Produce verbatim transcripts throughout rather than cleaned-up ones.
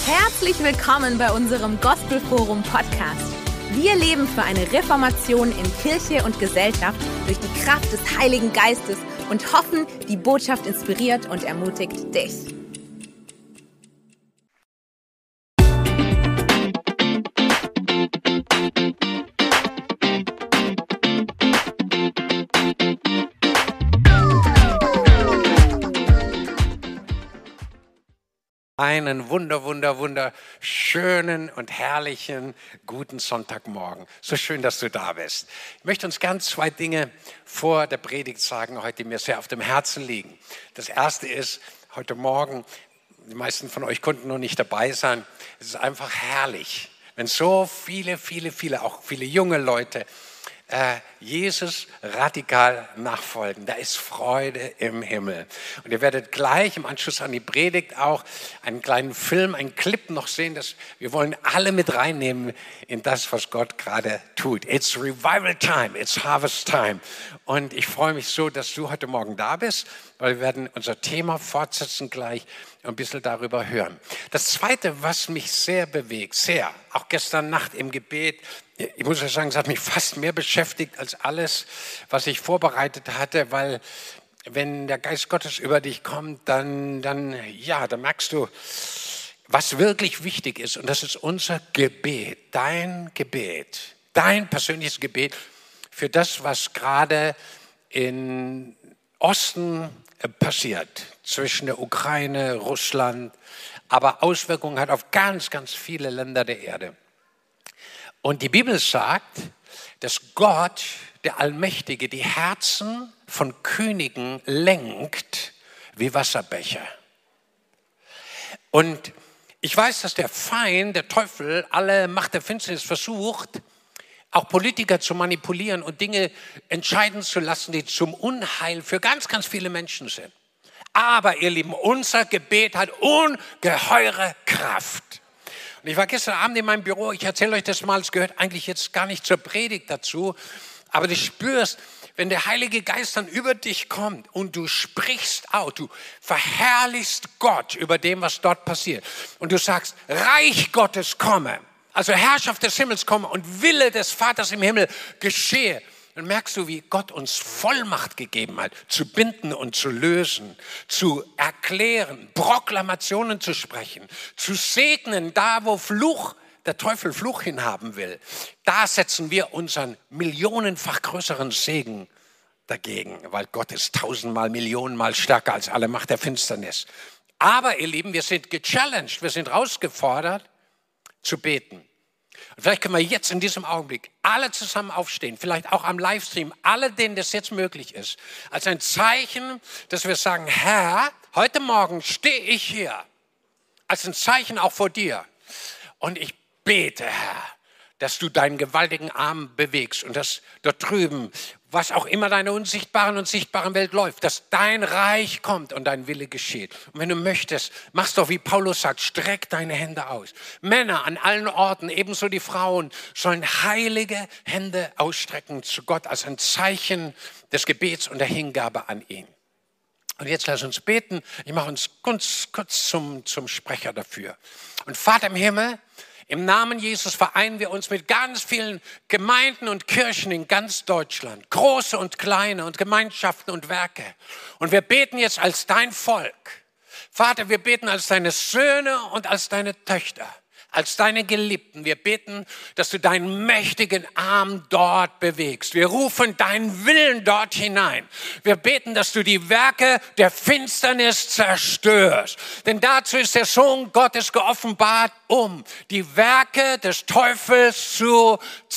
Herzlich willkommen bei unserem Gospelforum Podcast. Wir leben für eine Reformation in Kirche und Gesellschaft durch die Kraft des Heiligen Geistes und hoffen, die Botschaft inspiriert und ermutigt dich. Einen wunder, wunder, wunderschönen und herrlichen guten Sonntagmorgen. So schön, dass du da bist. Ich möchte uns ganz zwei Dinge vor der Predigt sagen, heute die mir sehr auf dem Herzen liegen. Das erste ist, heute Morgen, die meisten von euch konnten noch nicht dabei sein, es ist einfach herrlich, wenn so viele, viele, viele, auch viele junge Leute Äh, Jesus radikal nachfolgen. Da ist Freude im Himmel. Und ihr werdet gleich im Anschluss an die Predigt auch einen kleinen Film, einen Clip noch sehen. Dass wir wollen alle mit reinnehmen in das, was Gott gerade tut. It's Revival Time, it's Harvest Time. Und ich freue mich so, dass du heute Morgen da bist, weil wir werden unser Thema fortsetzen gleich und ein bisschen darüber hören. Das Zweite, was mich sehr bewegt, sehr, auch gestern Nacht im Gebet, ich muss ja sagen, es hat mich fast mehr beschäftigt als alles, was ich vorbereitet hatte, weil wenn der Geist Gottes über dich kommt, dann, dann, ja, dann merkst du, was wirklich wichtig ist. Und das ist unser Gebet, dein Gebet, dein persönliches Gebet für das, was gerade in Osten passiert, zwischen der Ukraine, Russland, aber Auswirkungen hat auf ganz, ganz viele Länder der Erde. Und die Bibel sagt, dass Gott, der Allmächtige, die Herzen von Königen lenkt wie Wasserbecher. Und ich weiß, dass der Feind, der Teufel, alle Macht der Finsternis versucht, auch Politiker zu manipulieren und Dinge entscheiden zu lassen, die zum Unheil für ganz, ganz viele Menschen sind. Aber ihr Lieben, unser Gebet hat ungeheure Kraft. Und ich war gestern Abend in meinem Büro, ich erzähle euch das mal, es gehört eigentlich jetzt gar nicht zur Predigt dazu, aber du spürst, wenn der Heilige Geist dann über dich kommt und du sprichst out, du verherrlichst Gott über dem, was dort passiert und du sagst, Reich Gottes komme, also Herrschaft des Himmels komme und Wille des Vaters im Himmel geschehe. Dann merkst du, wie Gott uns Vollmacht gegeben hat, zu binden und zu lösen, zu erklären, Proklamationen zu sprechen, zu segnen, da wo Fluch, der Teufel Fluch hinhaben will. Da setzen wir unseren millionenfach größeren Segen dagegen, weil Gott ist tausendmal, millionenmal stärker als alle Macht der Finsternis. Aber ihr Lieben, wir sind gechallenged, wir sind herausgefordert zu beten. Und vielleicht können wir jetzt in diesem Augenblick alle zusammen aufstehen, vielleicht auch am Livestream, alle, denen das jetzt möglich ist, als ein Zeichen, dass wir sagen, Herr, heute Morgen stehe ich hier, als ein Zeichen auch vor dir. Und ich bete, Herr, dass du deinen gewaltigen Arm bewegst und dass dort drüben, was auch immer deine unsichtbaren und sichtbaren Welt läuft, dass dein Reich kommt und dein Wille geschieht. Und wenn du möchtest, mach's doch wie Paulus sagt, streck deine Hände aus. Männer an allen Orten, ebenso die Frauen, sollen heilige Hände ausstrecken zu Gott als ein Zeichen des Gebets und der Hingabe an ihn. Und jetzt lass uns beten. Ich mache uns kurz, kurz zum, zum Sprecher dafür. Und Vater im Himmel, im Namen Jesus vereinen wir uns mit ganz vielen Gemeinden und Kirchen in ganz Deutschland, große und kleine und Gemeinschaften und Werke. Und wir beten jetzt als dein Volk. Vater, wir beten als deine Söhne und als deine Töchter, als deine Geliebten. Wir beten, dass du deinen mächtigen Arm dort bewegst. Wir rufen deinen Willen dort hinein. Wir beten, dass du die Werke der Finsternis zerstörst. Denn dazu ist der Sohn Gottes geoffenbart, um die Werke des Teufels zu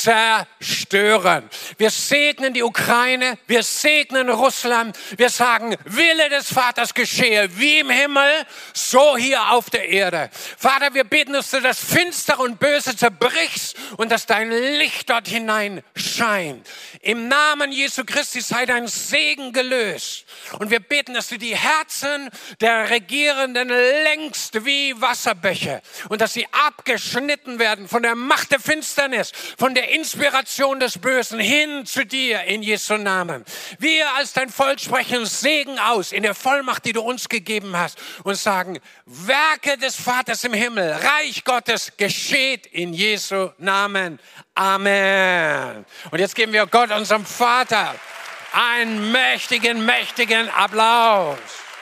zerstören. Wir segnen die Ukraine, wir segnen Russland, wir sagen, Wille des Vaters geschehe, wie im Himmel, so hier auf der Erde. Vater, wir beten, dass du das Finstere und Böse zerbrichst und dass dein Licht dort hinein scheint. Im Namen Jesu Christi sei dein Segen gelöst Und wir beten, dass du die Herzen der Regierenden längst wie Wasserbäche und dass sie abgeschnitten werden von der Macht der Finsternis, von der Inspiration des Bösen hin zu dir in Jesu Namen. Wir als dein Volk sprechen Segen aus in der Vollmacht, die du uns gegeben hast und sagen, Werke des Vaters im Himmel, Reich Gottes geschieht in Jesu Namen. Amen. Und jetzt geben wir Gott, unserem Vater, einen mächtigen, mächtigen Applaus.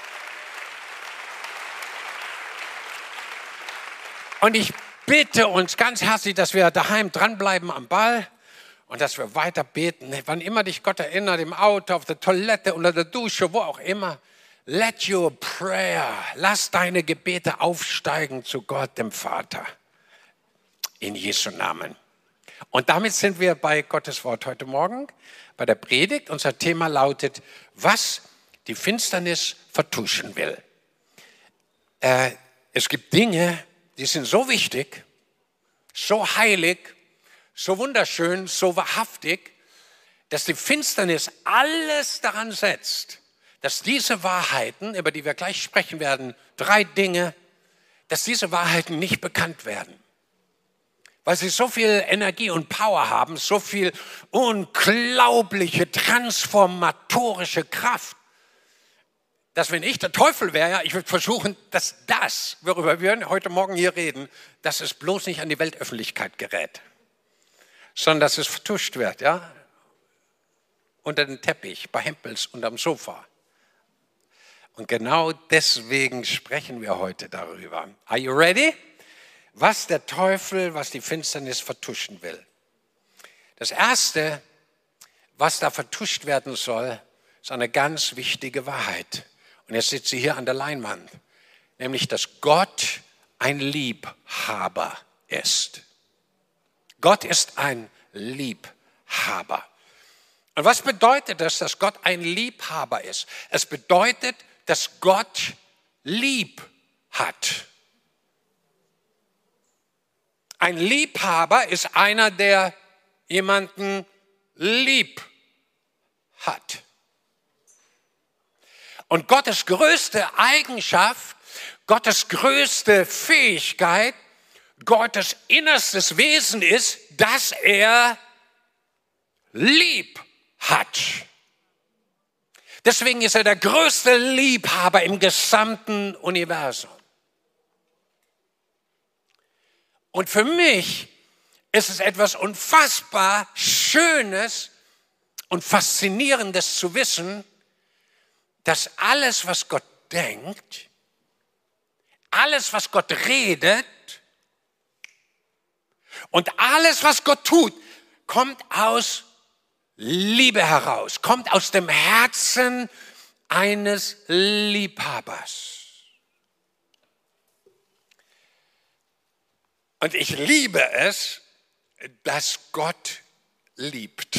Und ich bitte uns ganz herzlich, dass wir daheim dranbleiben am Ball und dass wir weiter beten. Wann immer dich Gott erinnert, im Auto, auf der Toilette, unter der Dusche, wo auch immer. Let your prayer, lass deine Gebete aufsteigen zu Gott, dem Vater. In Jesu Namen. Und damit sind wir bei Gottes Wort heute Morgen, bei der Predigt. Unser Thema lautet, was die Finsternis vertuschen will. Äh, es gibt Dinge, die sind so wichtig, so heilig, so wunderschön, so wahrhaftig, dass die Finsternis alles daran setzt, dass diese Wahrheiten, über die wir gleich sprechen werden, drei Dinge, dass diese Wahrheiten nicht bekannt werden. Weil sie so viel Energie und Power haben, so viel unglaubliche, transformatorische Kraft, dass wenn ich der Teufel wäre, ja, ich würde versuchen, dass das, worüber wir heute Morgen hier reden, dass es bloß nicht an die Weltöffentlichkeit gerät, sondern dass es vertuscht wird, ja, unter den Teppich, bei Hempels, unterm Sofa. Und genau deswegen sprechen wir heute darüber. Are you ready? Was der Teufel, was die Finsternis vertuschen will. Das Erste, was da vertuscht werden soll, ist eine ganz wichtige Wahrheit. Und jetzt sitzt sie hier an der Leinwand. Nämlich, dass Gott ein Liebhaber ist. Gott ist ein Liebhaber. Und was bedeutet das, dass Gott ein Liebhaber ist? Es bedeutet, dass Gott lieb hat. Ein Liebhaber ist einer, der jemanden lieb hat. Und Gottes größte Eigenschaft, Gottes größte Fähigkeit, Gottes innerstes Wesen ist, dass er lieb hat. Deswegen ist er der größte Liebhaber im gesamten Universum. Und für mich ist es etwas unfassbar Schönes und Faszinierendes zu wissen, dass alles, was Gott denkt, alles, was Gott redet und alles, was Gott tut, kommt aus Liebe heraus, kommt aus dem Herzen eines Liebhabers. Und ich liebe es, dass Gott liebt.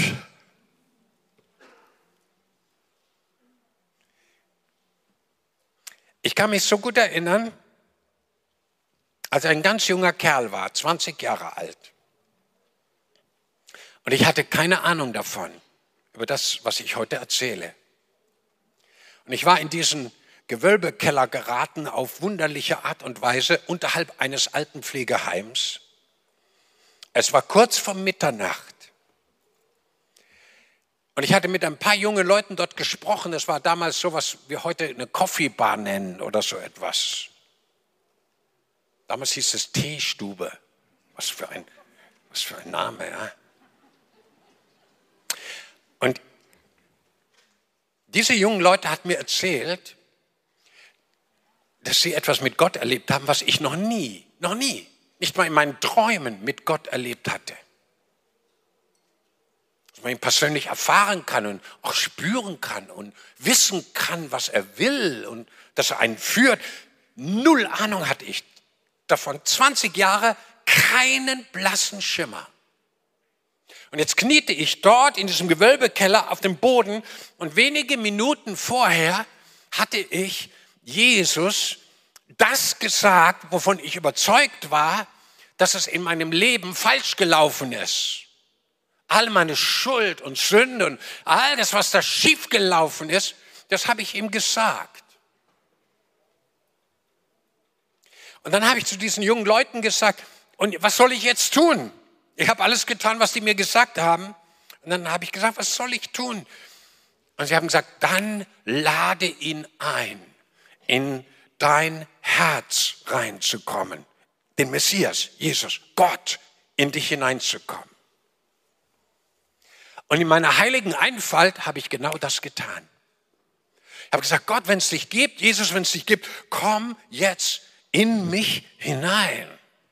Ich kann mich so gut erinnern, als ich ein ganz junger Kerl war, zwanzig Jahre alt. Und ich hatte keine Ahnung davon, über das, was ich heute erzähle. Und ich war in diesen Gewölbekeller geraten auf wunderliche Art und Weise unterhalb eines Altenpflegeheims. Es war kurz vor Mitternacht. Und ich hatte mit ein paar jungen Leuten dort gesprochen. Das war damals so, was wir heute eine Coffee-Bar nennen oder so etwas. Damals hieß es Teestube. Was für ein, was für ein Name, ja. Und diese jungen Leute hatten mir erzählt, dass sie etwas mit Gott erlebt haben, was ich noch nie, noch nie, nicht mal in meinen Träumen mit Gott erlebt hatte. Dass man ihn persönlich erfahren kann und auch spüren kann und wissen kann, was er will und dass er einen führt. Null Ahnung hatte ich davon. zwanzig Jahre, keinen blassen Schimmer. Und jetzt kniete ich dort in diesem Gewölbekeller auf dem Boden und wenige Minuten vorher hatte ich Jesus das gesagt, wovon ich überzeugt war, dass es in meinem Leben falsch gelaufen ist. All meine Schuld und Sünde und all das, was da schiefgelaufen ist, Das habe ich ihm gesagt. Und dann habe ich zu diesen jungen Leuten gesagt, und was soll ich jetzt tun? Ich habe alles getan, was die mir gesagt haben. Und dann habe ich gesagt, was soll ich tun? Und sie haben gesagt, dann lade ihn ein, in dein Herz reinzukommen. Den Messias, Jesus, Gott, in dich hineinzukommen. Und in meiner heiligen Einfalt habe ich genau das getan. Ich habe gesagt, Gott, wenn es dich gibt, Jesus, wenn es dich gibt, komm jetzt in mich hinein.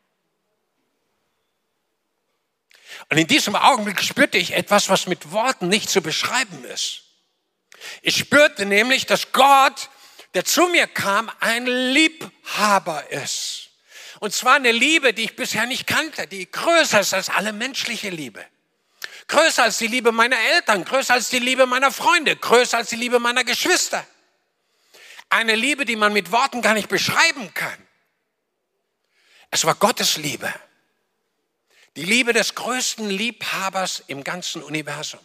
Und in diesem Augenblick spürte ich etwas, was mit Worten nicht zu beschreiben ist. Ich spürte nämlich, dass Gott, der zu mir kam, ein Liebhaber ist. Und zwar eine Liebe, die ich bisher nicht kannte, die größer ist als alle menschliche Liebe. Größer als die Liebe meiner Eltern, größer als die Liebe meiner Freunde, größer als die Liebe meiner Geschwister. Eine Liebe, die man mit Worten gar nicht beschreiben kann. Es war Gottes Liebe. Die Liebe des größten Liebhabers im ganzen Universum.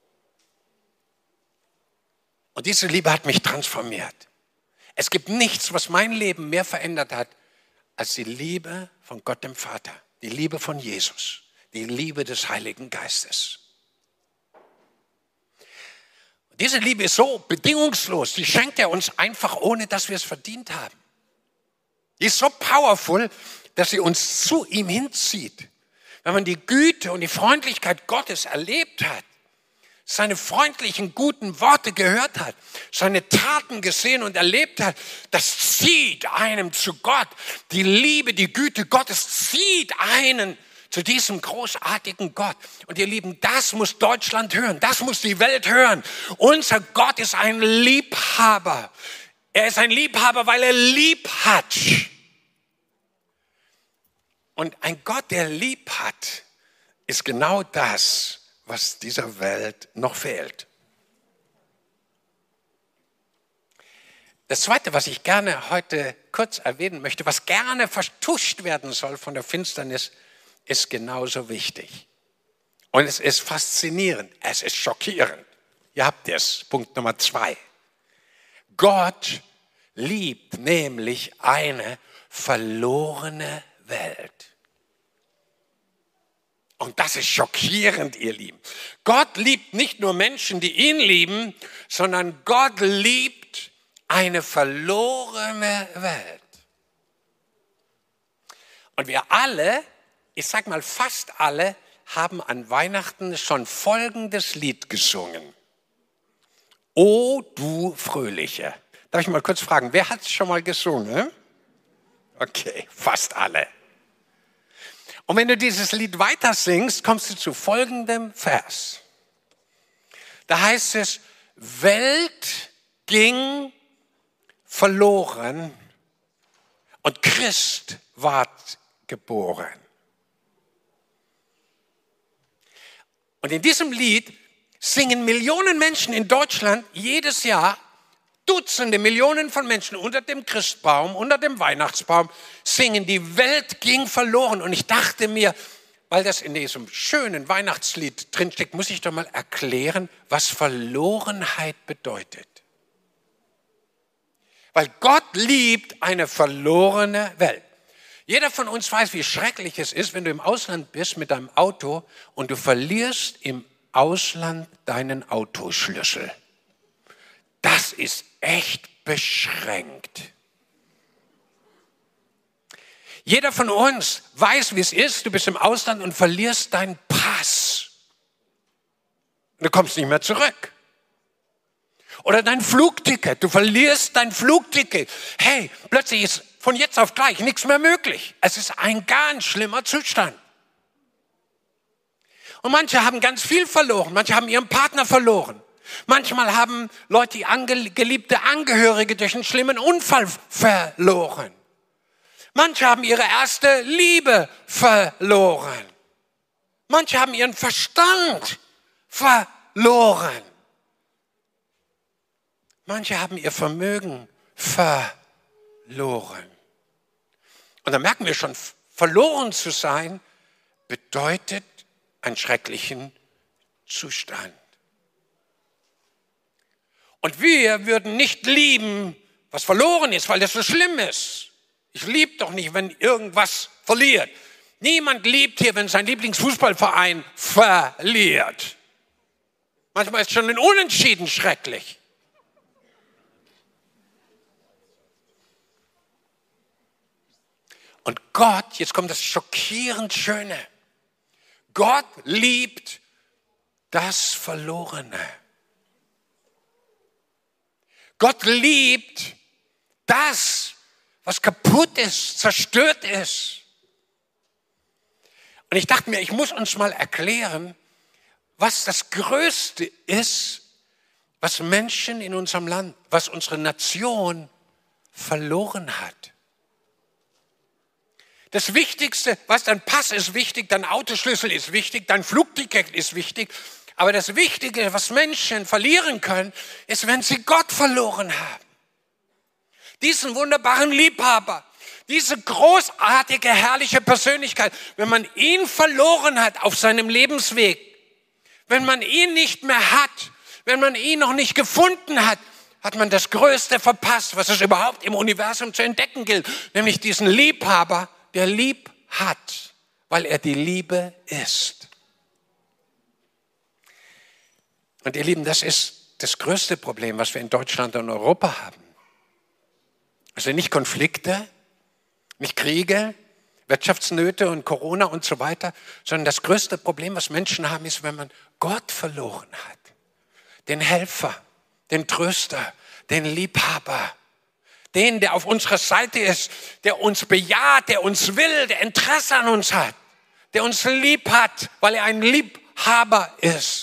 Und diese Liebe hat mich transformiert. Es gibt nichts, was mein Leben mehr verändert hat, als die Liebe von Gott dem Vater. Die Liebe von Jesus. Die Liebe des Heiligen Geistes. Und diese Liebe ist so bedingungslos. Die schenkt er uns einfach, ohne dass wir es verdient haben. Die ist so powerful, dass sie uns zu ihm hinzieht. Wenn man die Güte und die Freundlichkeit Gottes erlebt hat, seine freundlichen, guten Worte gehört hat, seine Taten gesehen und erlebt hat, das zieht einem zu Gott. Die Liebe, die Güte Gottes zieht einen zu diesem großartigen Gott. Und ihr Lieben, das muss Deutschland hören, das muss die Welt hören. Unser Gott ist ein Liebhaber. Er ist ein Liebhaber, weil er lieb hat. Und ein Gott, der lieb hat, ist genau das, was dieser Welt noch fehlt. Das Zweite, was ich gerne heute kurz erwähnen möchte, was gerne vertuscht werden soll von der Finsternis, ist genauso wichtig. Und es ist faszinierend, es ist schockierend. Ihr habt es, Punkt Nummer zwei. Gott liebt nämlich eine verlorene Welt. Und das ist schockierend, ihr Lieben. Gott liebt nicht nur Menschen, die ihn lieben, sondern Gott liebt eine verlorene Welt. Und wir alle, ich sag mal fast alle, haben an Weihnachten schon folgendes Lied gesungen. O du Fröhliche. Darf ich mal kurz fragen, wer hat es schon mal gesungen? Okay, fast alle. Und wenn du dieses Lied weiter singst, kommst du zu folgendem Vers. Da heißt es, Welt ging verloren und Christ ward geboren. Und in diesem Lied singen Millionen Menschen in Deutschland jedes Jahr, Dutzende Millionen von Menschen unter dem Christbaum, unter dem Weihnachtsbaum, singen, die Welt ging verloren. Und ich dachte mir, weil das in diesem schönen Weihnachtslied drinsteckt, muss ich doch mal erklären, was Verlorenheit bedeutet. Weil Gott liebt eine verlorene Welt. Jeder von uns weiß, wie schrecklich es ist, wenn du im Ausland bist mit deinem Auto und du verlierst im Ausland deinen Autoschlüssel. Das ist echt beschränkt. Jeder von uns weiß, wie es ist, du bist im Ausland und verlierst deinen Pass. Du kommst nicht mehr zurück. Oder dein Flugticket, du verlierst dein Flugticket. Hey, plötzlich ist von jetzt auf gleich nichts mehr möglich. Es ist ein ganz schlimmer Zustand. Und manche haben ganz viel verloren, manche haben ihren Partner verloren. Manchmal haben Leute ange- geliebte Angehörige durch einen schlimmen Unfall verloren. Manche haben ihre erste Liebe verloren. Manche haben ihren Verstand verloren. Manche haben ihr Vermögen verloren. Und da merken wir schon, verloren zu sein bedeutet einen schrecklichen Zustand. Und wir würden nicht lieben, was verloren ist, weil das so schlimm ist. Ich liebe doch nicht, wenn irgendwas verliert. Niemand liebt hier, wenn sein Lieblingsfußballverein verliert. Manchmal ist schon ein Unentschieden schrecklich. Und Gott, jetzt kommt das schockierend Schöne. Gott liebt das Verlorene. Gott liebt das, was kaputt ist, zerstört ist. Und ich dachte mir, ich muss uns mal erklären, was das Größte ist, was Menschen in unserem Land, was unsere Nation verloren hat. Das Wichtigste, was dein Pass ist wichtig, dein Autoschlüssel ist wichtig, dein Flugticket ist wichtig. Aber das Wichtige, was Menschen verlieren können, ist, wenn sie Gott verloren haben. Diesen wunderbaren Liebhaber, diese großartige, herrliche Persönlichkeit, wenn man ihn verloren hat auf seinem Lebensweg, wenn man ihn nicht mehr hat, wenn man ihn noch nicht gefunden hat, hat man das Größte verpasst, was es überhaupt im Universum zu entdecken gilt, nämlich diesen Liebhaber, der lieb hat, weil er die Liebe ist. Und ihr Lieben, das ist das größte Problem, was wir in Deutschland und Europa haben. Also nicht Konflikte, nicht Kriege, Wirtschaftsnöte und Corona und so weiter, sondern das größte Problem, was Menschen haben, ist, wenn man Gott verloren hat. Den Helfer, den Tröster, den Liebhaber, den, der auf unserer Seite ist, der uns bejaht, der uns will, der Interesse an uns hat, der uns lieb hat, weil er ein Liebhaber ist.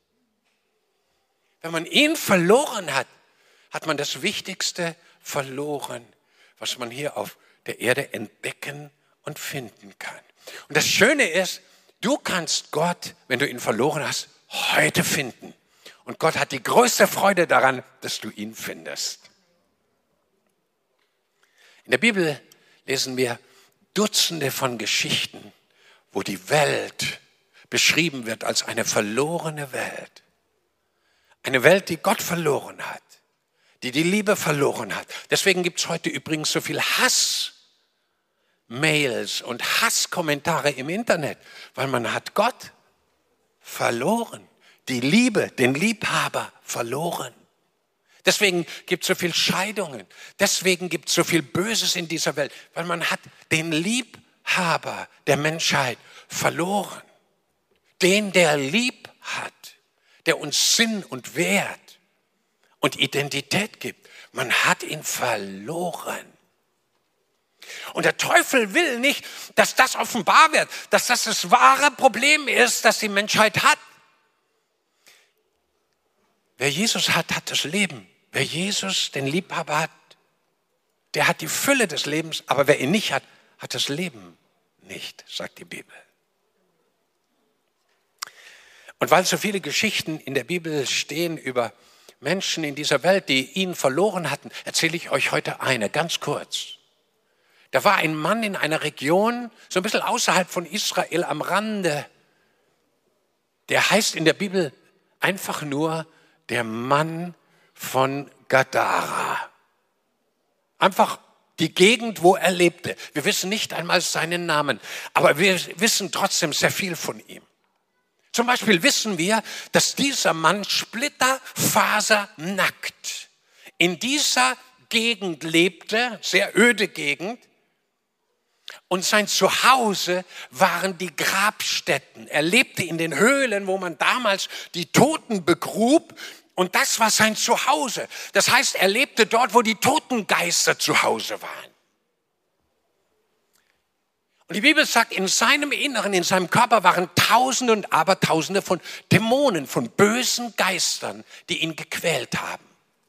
Wenn man ihn verloren hat, hat man das Wichtigste verloren, was man hier auf der Erde entdecken und finden kann. Und das Schöne ist, du kannst Gott, wenn du ihn verloren hast, heute finden. Und Gott hat die größte Freude daran, dass du ihn findest. In der Bibel lesen wir Dutzende von Geschichten, wo die Welt beschrieben wird als eine verlorene Welt. Eine Welt, die Gott verloren hat, die die Liebe verloren hat. Deswegen gibt es heute übrigens so viel Hass-Mails und Hasskommentare im Internet, weil man hat Gott verloren, die Liebe, den Liebhaber verloren. Deswegen gibt es so viel Scheidungen, deswegen gibt es so viel Böses in dieser Welt, weil man hat den Liebhaber der Menschheit verloren. Den, der lieb hat, der uns Sinn und Wert und Identität gibt. Man hat ihn verloren. Und der Teufel will nicht, dass das offenbar wird, dass das das wahre Problem ist, das die Menschheit hat. Wer Jesus hat, hat das Leben. Wer Jesus, den Liebhaber hat, der hat die Fülle des Lebens, aber wer ihn nicht hat, hat das Leben nicht, sagt die Bibel. Und weil so viele Geschichten in der Bibel stehen über Menschen in dieser Welt, die ihn verloren hatten, erzähle ich euch heute eine, ganz kurz. Da war ein Mann in einer Region, so ein bisschen außerhalb von Israel am Rande, der heißt in der Bibel einfach nur der Mann von Gadara. Einfach die Gegend, wo er lebte. Wir wissen nicht einmal seinen Namen, aber wir wissen trotzdem sehr viel von ihm. Zum Beispiel wissen wir, dass dieser Mann splitterfasernackt in dieser Gegend lebte, sehr öde Gegend. Und sein Zuhause waren die Grabstätten. Er lebte in den Höhlen, wo man damals die Toten begrub. Und das war sein Zuhause. Das heißt, er lebte dort, wo die Totengeister zu Hause waren. Und die Bibel sagt, in seinem Inneren, in seinem Körper waren Tausende und Abertausende von Dämonen, von bösen Geistern, die ihn gequält haben.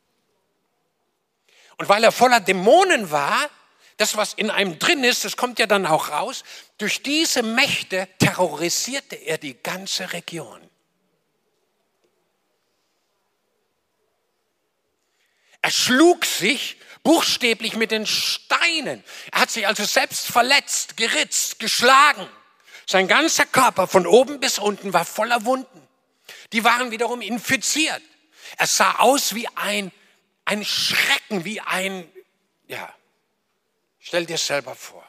Und weil er voller Dämonen war, das, was in einem drin ist, das kommt ja dann auch raus, durch diese Mächte terrorisierte er die ganze Region. Er schlug sich buchstäblich mit den Steinen. Er hat sich also selbst verletzt, geritzt, geschlagen. Sein ganzer Körper von oben bis unten war voller Wunden. Die waren wiederum infiziert. Er sah aus wie ein, ein Schrecken, wie ein, ja, stell dir selber vor.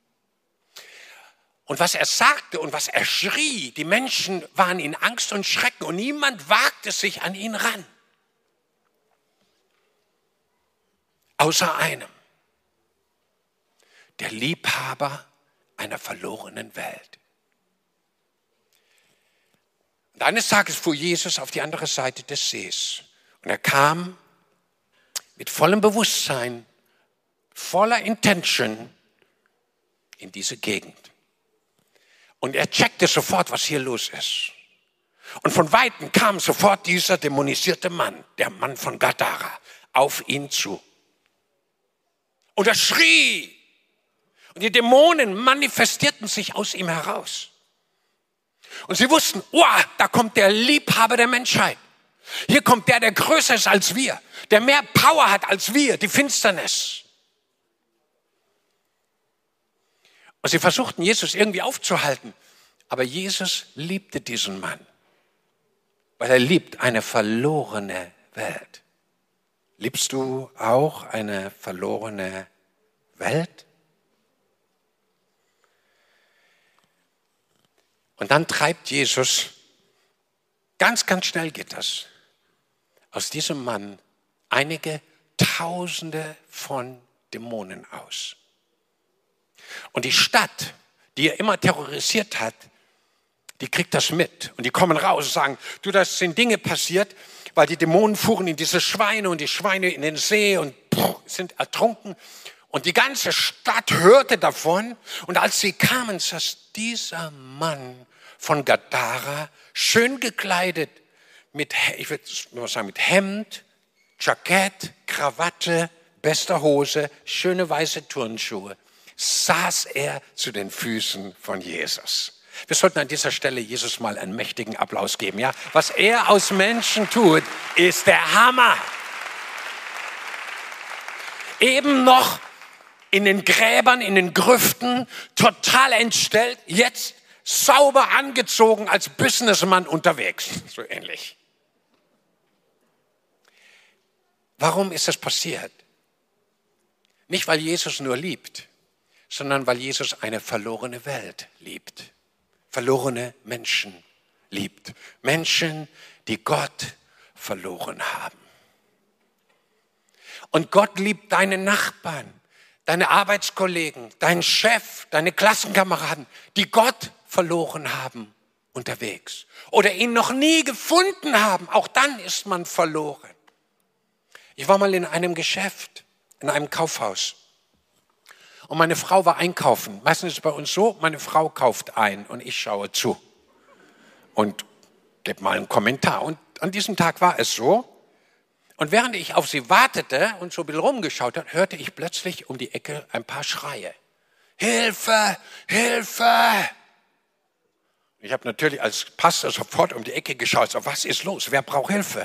Und was er sagte und was er schrie, die Menschen waren in Angst und Schrecken und niemand wagte sich an ihn ran. Außer einem, der Liebhaber einer verlorenen Welt. Und eines Tages fuhr Jesus auf die andere Seite des Sees und er kam mit vollem Bewusstsein, voller Intention in diese Gegend. Und er checkte sofort, was hier los ist. Und von Weitem kam sofort dieser dämonisierte Mann, der Mann von Gadara, auf ihn zu. Und er schrie. Und die Dämonen manifestierten sich aus ihm heraus. Und sie wussten, oh, da kommt der Liebhaber der Menschheit. Hier kommt der, der größer ist als wir, der mehr Power hat als wir, die Finsternis. Und sie versuchten, Jesus irgendwie aufzuhalten. Aber Jesus liebte diesen Mann, weil er liebt eine verlorene Welt. Liebst du auch eine verlorene Welt? Und dann treibt Jesus, ganz, ganz schnell geht das, aus diesem Mann einige Tausende von Dämonen aus. Und die Stadt, die er immer terrorisiert hat, die kriegt das mit. Und die kommen raus und sagen, du, das sind Dinge passiert, weil die Dämonen fuhren in diese Schweine und die Schweine in den See und pff, sind ertrunken. Und die ganze Stadt hörte davon. Und als sie kamen, saß dieser Mann von Gadara, schön gekleidet, mit, ich würde mal sagen, mit Hemd, Jackett, Krawatte, bester Hose, schöne weiße Turnschuhe, saß er zu den Füßen von Jesus. Wir sollten an dieser Stelle Jesus mal einen mächtigen Applaus geben. Ja? Was er aus Menschen tut, ist der Hammer. Eben noch in den Gräbern, in den Grüften, total entstellt, jetzt sauber angezogen als Businessmann unterwegs. So ähnlich. Warum ist das passiert? Nicht, weil Jesus nur liebt, sondern weil Jesus eine verlorene Welt liebt. Verlorene Menschen liebt. Menschen, die Gott verloren haben. Und Gott liebt deine Nachbarn, deine Arbeitskollegen, deinen Chef, deine Klassenkameraden, die Gott verloren haben unterwegs oder ihn noch nie gefunden haben. Auch dann ist man verloren. Ich war mal in einem Geschäft, in einem Kaufhaus. Und meine Frau war einkaufen. Meistens ist es bei uns so, meine Frau kauft ein und ich schaue zu. Und gebe mal einen Kommentar. Und an diesem Tag war es so. Und während ich auf sie wartete und so ein bisschen rumgeschaut habe, hörte ich plötzlich um die Ecke ein paar Schreie. Hilfe, Hilfe! Ich habe natürlich als Pastor sofort um die Ecke geschaut. So, was ist los? Wer braucht Hilfe?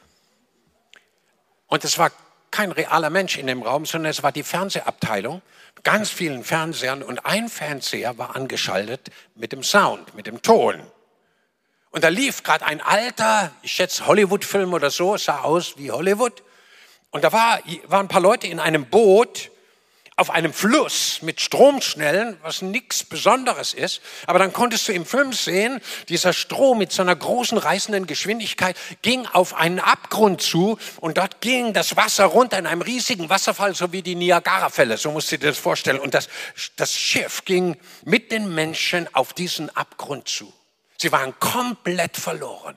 Und es war kein realer Mensch in dem Raum, sondern es war die Fernsehabteilung, ganz vielen Fernsehern und ein Fernseher war angeschaltet mit dem Sound, mit dem Ton. Und da lief gerade ein alter, ich schätze Hollywood-Film oder so, es sah aus wie Hollywood. Und da war, waren ein paar Leute in einem Boot auf einem Fluss mit Stromschnellen, was nichts Besonderes ist. Aber dann konntest du im Film sehen, dieser Strom mit so einer großen reißenden Geschwindigkeit ging auf einen Abgrund zu und dort ging das Wasser runter in einem riesigen Wasserfall, so wie die Niagara-Fälle, so musst du dir das vorstellen. Und das, das Schiff ging mit den Menschen auf diesen Abgrund zu. Sie waren komplett verloren.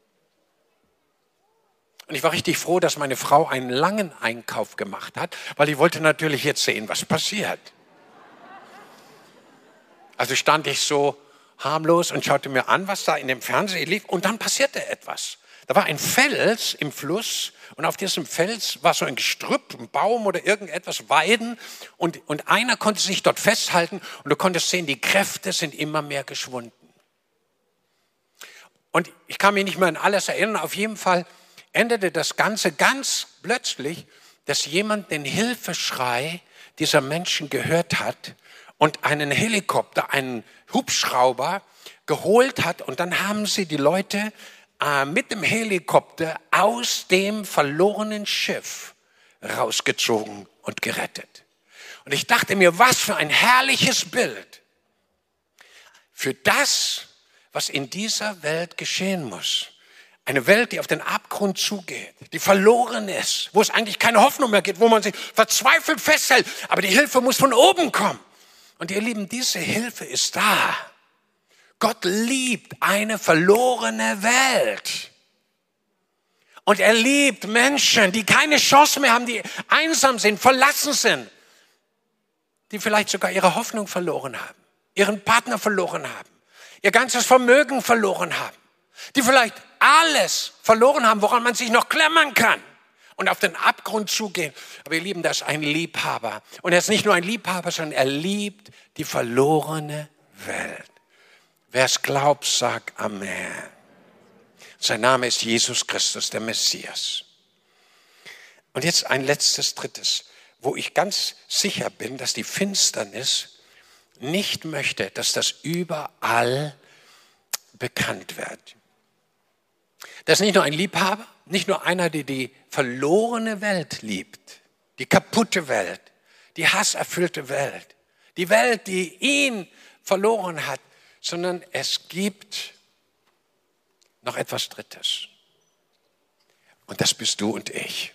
Und ich war richtig froh, dass meine Frau einen langen Einkauf gemacht hat, weil ich wollte natürlich jetzt sehen, was passiert. Also stand ich so harmlos und schaute mir an, was da in dem Fernseher lief. Und dann passierte etwas. Da war ein Fels im Fluss und auf diesem Fels war so ein Gestrüpp, ein Baum oder irgendetwas, Weiden. Und, und einer konnte sich dort festhalten und du konntest sehen, die Kräfte sind immer mehr geschwunden. Und ich kann mich nicht mehr an alles erinnern, auf jeden Fall endete das Ganze ganz plötzlich, dass jemand den Hilfeschrei dieser Menschen gehört hat und einen Helikopter, einen Hubschrauber geholt hat. Und dann haben sie die Leute äh, mit dem Helikopter aus dem verlorenen Schiff rausgezogen und gerettet. Und ich dachte mir, was für ein herrliches Bild für das, was in dieser Welt geschehen muss. Eine Welt, die auf den Abgrund zugeht, die verloren ist, wo es eigentlich keine Hoffnung mehr gibt, wo man sich verzweifelt festhält. Aber die Hilfe muss von oben kommen. Und ihr Lieben, diese Hilfe ist da. Gott liebt eine verlorene Welt. Und er liebt Menschen, die keine Chance mehr haben, die einsam sind, verlassen sind, die vielleicht sogar ihre Hoffnung verloren haben, ihren Partner verloren haben, ihr ganzes Vermögen verloren haben, die vielleicht alles verloren haben, woran man sich noch klammern kann und auf den Abgrund zugehen. Aber ihr Lieben, das ist ein Liebhaber. Und er ist nicht nur ein Liebhaber, sondern er liebt die verlorene Welt. Wer es glaubt, sagt Amen. Sein Name ist Jesus Christus, der Messias. Und jetzt ein letztes, drittes, wo ich ganz sicher bin, dass die Finsternis nicht möchte, dass das überall bekannt wird. Das ist nicht nur ein Liebhaber, nicht nur einer, der die verlorene Welt liebt, die kaputte Welt, die hasserfüllte Welt, die Welt, die ihn verloren hat, sondern es gibt noch etwas Drittes. Und das bist du und ich.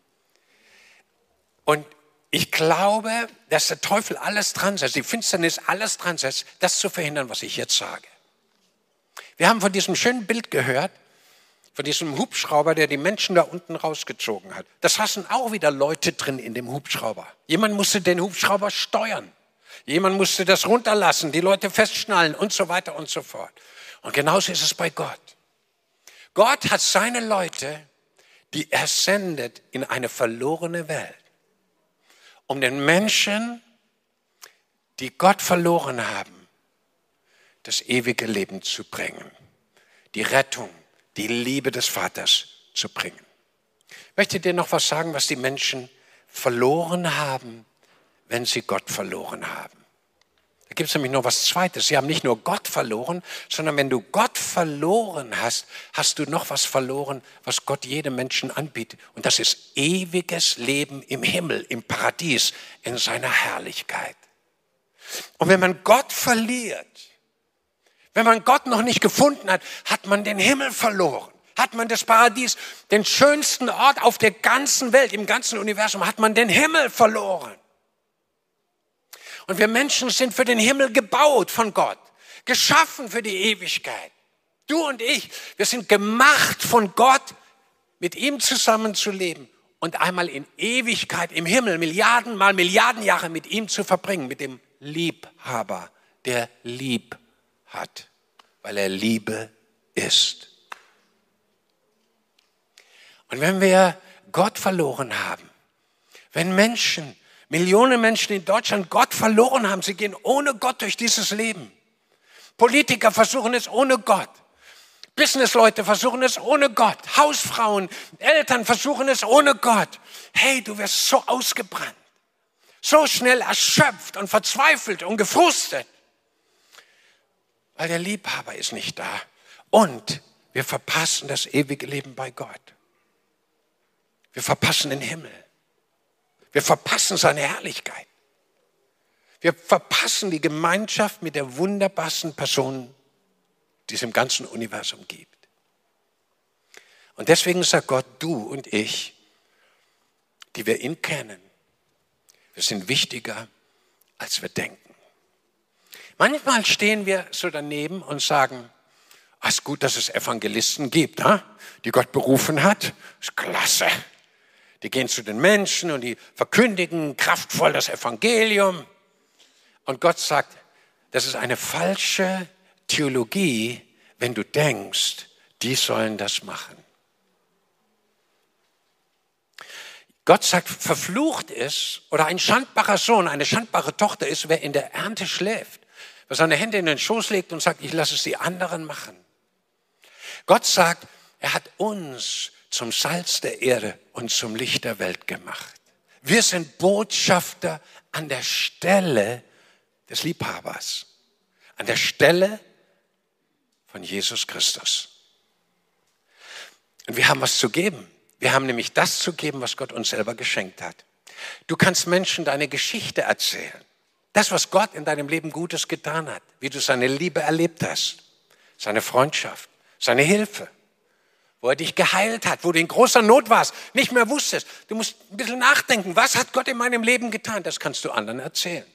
Und ich glaube, dass der Teufel alles dran setzt, die Finsternis alles dran setzt, das zu verhindern, was ich jetzt sage. Wir haben von diesem schönen Bild gehört, von diesem Hubschrauber, der die Menschen da unten rausgezogen hat. Das saßen auch wieder Leute drin in dem Hubschrauber. Jemand musste den Hubschrauber steuern. Jemand musste das runterlassen, die Leute festschnallen und so weiter und so fort. Und genauso ist es bei Gott. Gott hat seine Leute, die er sendet in eine verlorene Welt, um den Menschen, die Gott verloren haben, das ewige Leben zu bringen, die Rettung, die Liebe des Vaters zu bringen. Ich möchte dir noch was sagen, was die Menschen verloren haben, wenn sie Gott verloren haben. Da gibt es nämlich noch was Zweites. Sie haben nicht nur Gott verloren, sondern wenn du Gott verloren hast, hast du noch was verloren, was Gott jedem Menschen anbietet. Und das ist ewiges Leben im Himmel, im Paradies, in seiner Herrlichkeit. Und wenn man Gott verliert, wenn man Gott noch nicht gefunden hat, hat man den Himmel verloren. Hat man das Paradies, den schönsten Ort auf der ganzen Welt, im ganzen Universum, hat man den Himmel verloren. Und wir Menschen sind für den Himmel gebaut von Gott, geschaffen für die Ewigkeit. Du und ich, wir sind gemacht von Gott, mit ihm zusammen zu leben und einmal in Ewigkeit im Himmel, Milliarden mal Milliarden Jahre mit ihm zu verbringen, mit dem Liebhaber, der lieb hat, weil er Liebe ist. Und wenn wir Gott verloren haben, wenn Menschen, Millionen Menschen in Deutschland Gott verloren haben, sie gehen ohne Gott durch dieses Leben. Politiker versuchen es ohne Gott. Businessleute versuchen es ohne Gott. Hausfrauen, Eltern versuchen es ohne Gott. Hey, du wirst so ausgebrannt, so schnell erschöpft und verzweifelt und gefrustet. Weil der Liebhaber ist nicht da. Und wir verpassen das ewige Leben bei Gott. Wir verpassen den Himmel. Wir verpassen seine Herrlichkeit. Wir verpassen die Gemeinschaft mit der wunderbarsten Person, die es im ganzen Universum gibt. Und deswegen sagt Gott, du und ich, die wir ihn kennen, wir sind wichtiger, als wir denken. Manchmal stehen wir so daneben und sagen, es ist gut, dass es Evangelisten gibt, die Gott berufen hat. Das ist klasse. Die gehen zu den Menschen und die verkündigen kraftvoll das Evangelium. Und Gott sagt, das ist eine falsche Theologie, wenn du denkst, die sollen das machen. Gott sagt, verflucht ist oder ein schandbarer Sohn, eine schandbare Tochter ist, wer in der Ernte schläft, wer seine Hände in den Schoß legt und sagt, ich lasse es die anderen machen. Gott sagt, er hat uns zum Salz der Erde und zum Licht der Welt gemacht. Wir sind Botschafter an der Stelle des Liebhabers, an der Stelle von Jesus Christus. Und wir haben was zu geben. Wir haben nämlich das zu geben, was Gott uns selber geschenkt hat. Du kannst Menschen deine Geschichte erzählen. Das, was Gott in deinem Leben Gutes getan hat. Wie du seine Liebe erlebt hast. Seine Freundschaft. Seine Hilfe. Wo er dich geheilt hat. Wo du in großer Not warst. Nicht mehr wusstest. Du musst ein bisschen nachdenken. Was hat Gott in meinem Leben getan? Das kannst du anderen erzählen.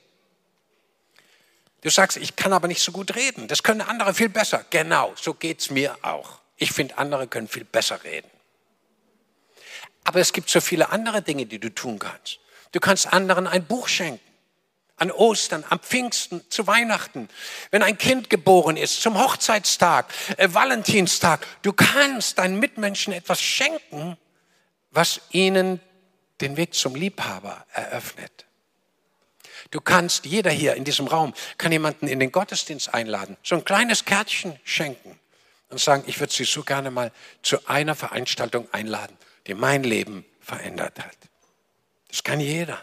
Du sagst, ich kann aber nicht so gut reden. Das können andere viel besser. Genau, so geht's mir auch. Ich finde, andere können viel besser reden. Aber es gibt so viele andere Dinge, die du tun kannst. Du kannst anderen ein Buch schenken. An Ostern, am Pfingsten, zu Weihnachten. Wenn ein Kind geboren ist, zum Hochzeitstag, äh, Valentinstag. Du kannst deinen Mitmenschen etwas schenken, was ihnen den Weg zum Liebhaber eröffnet. Du kannst, jeder hier in diesem Raum, kann jemanden in den Gottesdienst einladen, so ein kleines Kärtchen schenken und sagen, ich würde Sie so gerne mal zu einer Veranstaltung einladen, die mein Leben verändert hat. Das kann jeder.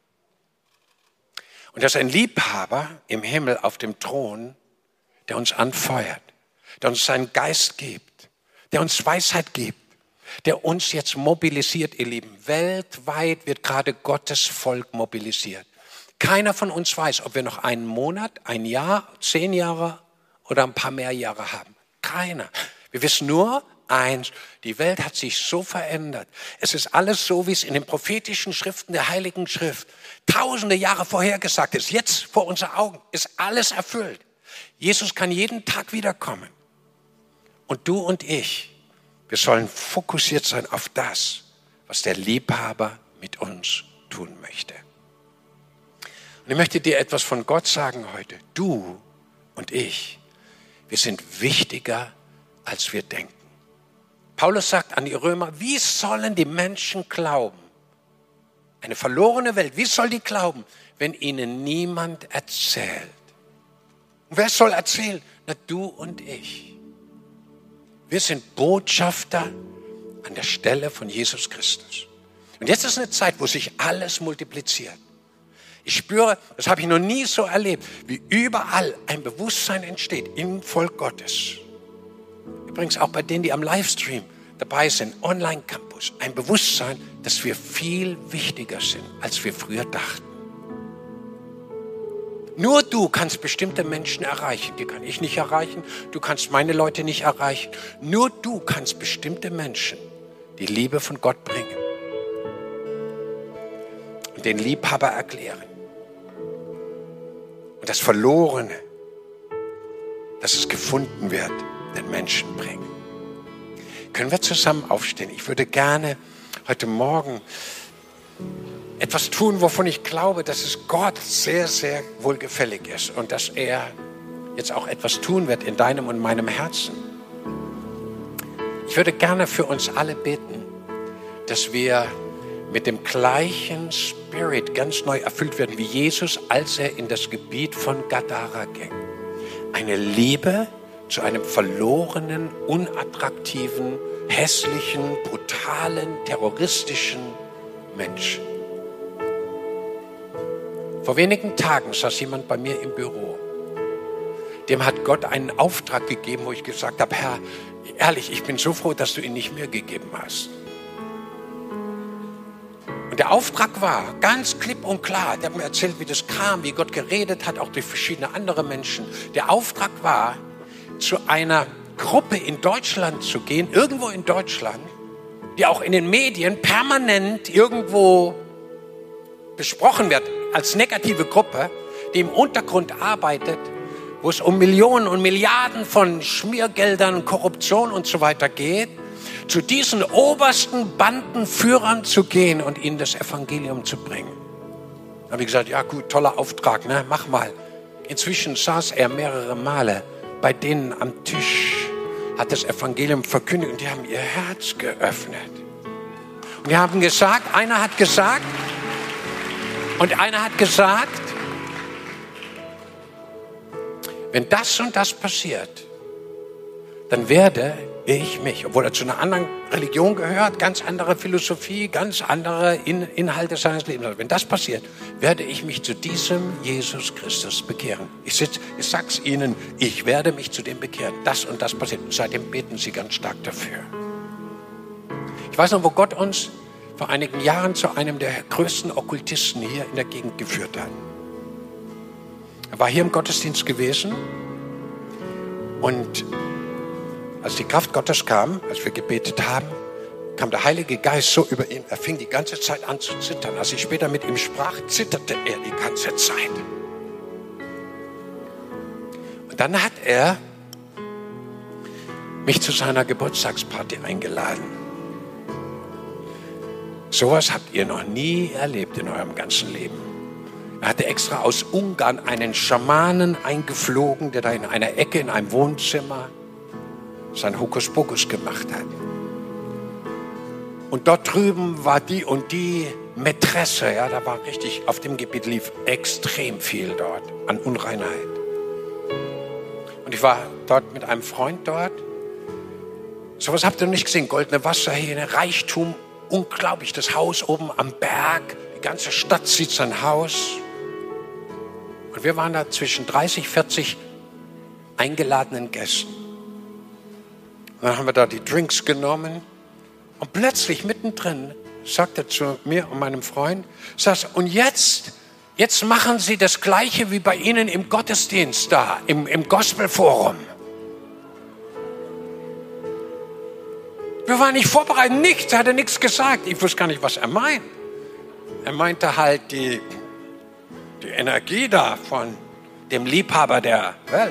Und das ist ein Liebhaber im Himmel auf dem Thron, der uns anfeuert, der uns seinen Geist gibt, der uns Weisheit gibt, der uns jetzt mobilisiert, ihr Lieben. Weltweit wird gerade Gottes Volk mobilisiert. Keiner von uns weiß, ob wir noch einen Monat, ein Jahr, zehn Jahre oder ein paar mehr Jahre haben. Keiner. Wir wissen nur eins, die Welt hat sich so verändert. Es ist alles so, wie es in den prophetischen Schriften der Heiligen Schrift tausende Jahre vorhergesagt ist. Jetzt vor unseren Augen ist alles erfüllt. Jesus kann jeden Tag wiederkommen. Und du und ich, wir sollen fokussiert sein auf das, was der Liebhaber mit uns tun möchte. Und ich möchte dir etwas von Gott sagen heute. Du und ich, wir sind wichtiger, als wir denken. Paulus sagt an die Römer, wie sollen die Menschen glauben? Eine verlorene Welt, wie soll die glauben, wenn ihnen niemand erzählt? Und wer soll erzählen? Na, du und ich. Wir sind Botschafter an der Stelle von Jesus Christus. Und jetzt ist eine Zeit, wo sich alles multipliziert. Ich spüre, das habe ich noch nie so erlebt, wie überall ein Bewusstsein entsteht im Volk Gottes. Übrigens auch bei denen, die am Livestream dabei sind, Online-Campus. Ein Bewusstsein, dass wir viel wichtiger sind, als wir früher dachten. Nur du kannst bestimmte Menschen erreichen. Die kann ich nicht erreichen. Du kannst meine Leute nicht erreichen. Nur du kannst bestimmte Menschen die Liebe von Gott bringen. Und den Liebhaber erklären. Und das Verlorene, dass es gefunden wird, den Menschen bringen. Können wir zusammen aufstehen? Ich würde gerne heute Morgen etwas tun, wovon ich glaube, dass es Gott sehr, sehr wohlgefällig ist und dass er jetzt auch etwas tun wird in deinem und meinem Herzen. Ich würde gerne für uns alle beten, dass wir mit dem gleichen Spirit ganz neu erfüllt werden wie Jesus, als er in das Gebiet von Gadara ging. Eine Liebe zu einem verlorenen, unattraktiven, hässlichen, brutalen, terroristischen Menschen. Vor wenigen Tagen saß jemand bei mir im Büro. Dem hat Gott einen Auftrag gegeben, wo ich gesagt habe, Herr, ehrlich, ich bin so froh, dass du ihn nicht mir gegeben hast. Und der Auftrag war ganz klipp und klar. Der hat mir erzählt, wie das kam, wie Gott geredet hat, auch durch verschiedene andere Menschen. Der Auftrag war, zu einer Gruppe in Deutschland zu gehen, irgendwo in Deutschland, die auch in den Medien permanent irgendwo besprochen wird, als negative Gruppe, die im Untergrund arbeitet, wo es um Millionen und Milliarden von Schmiergeldern, Korruption und so weiter geht, zu diesen obersten Bandenführern zu gehen und ihnen das Evangelium zu bringen. Da habe ich gesagt, ja gut, toller Auftrag, ne? Mach mal. Inzwischen saß er mehrere Male bei denen am Tisch, hat das Evangelium verkündigt und die haben ihr Herz geöffnet. Und die haben gesagt, einer hat gesagt, und einer hat gesagt, wenn das und das passiert, dann werde ich mich, obwohl er zu einer anderen Religion gehört, ganz andere Philosophie, ganz andere In- Inhalte seines Lebens hat. Wenn das passiert, werde ich mich zu diesem Jesus Christus bekehren. Ich sitze, ich sag's Ihnen, ich werde mich zu dem bekehren. Das und das passiert. Und seitdem beten Sie ganz stark dafür. Ich weiß noch, wo Gott uns vor einigen Jahren zu einem der größten Okkultisten hier in der Gegend geführt hat. Er war hier im Gottesdienst gewesen und als die Kraft Gottes kam, als wir gebetet haben, kam der Heilige Geist so über ihn. Er fing die ganze Zeit an zu zittern. Als ich später mit ihm sprach, zitterte er die ganze Zeit. Und dann hat er mich zu seiner Geburtstagsparty eingeladen. Sowas habt ihr noch nie erlebt in eurem ganzen Leben. Er hatte extra aus Ungarn einen Schamanen eingeflogen, der da in einer Ecke in einem Wohnzimmer sein Hokuspokus gemacht hat. Und dort drüben war die und die Mätresse, ja, da war richtig, auf dem Gebiet lief extrem viel dort an Unreinheit. Und ich war dort mit einem Freund dort. Sowas habt ihr noch nicht gesehen, goldene Wasserhähne, Reichtum, unglaublich, das Haus oben am Berg, die ganze Stadt sieht sein Haus. Und wir waren da zwischen dreißig, vierzig eingeladenen Gästen. Und dann haben wir da die Drinks genommen. Und plötzlich mittendrin sagt er zu mir und meinem Freund, sagt, und jetzt, jetzt machen Sie das Gleiche wie bei Ihnen im Gottesdienst da, im, im Gospelforum. Wir waren nicht vorbereitet, nichts, er hatte nichts gesagt. Ich wusste gar nicht, was er meint. Er meinte halt die, die Energie da von dem Liebhaber der Welt.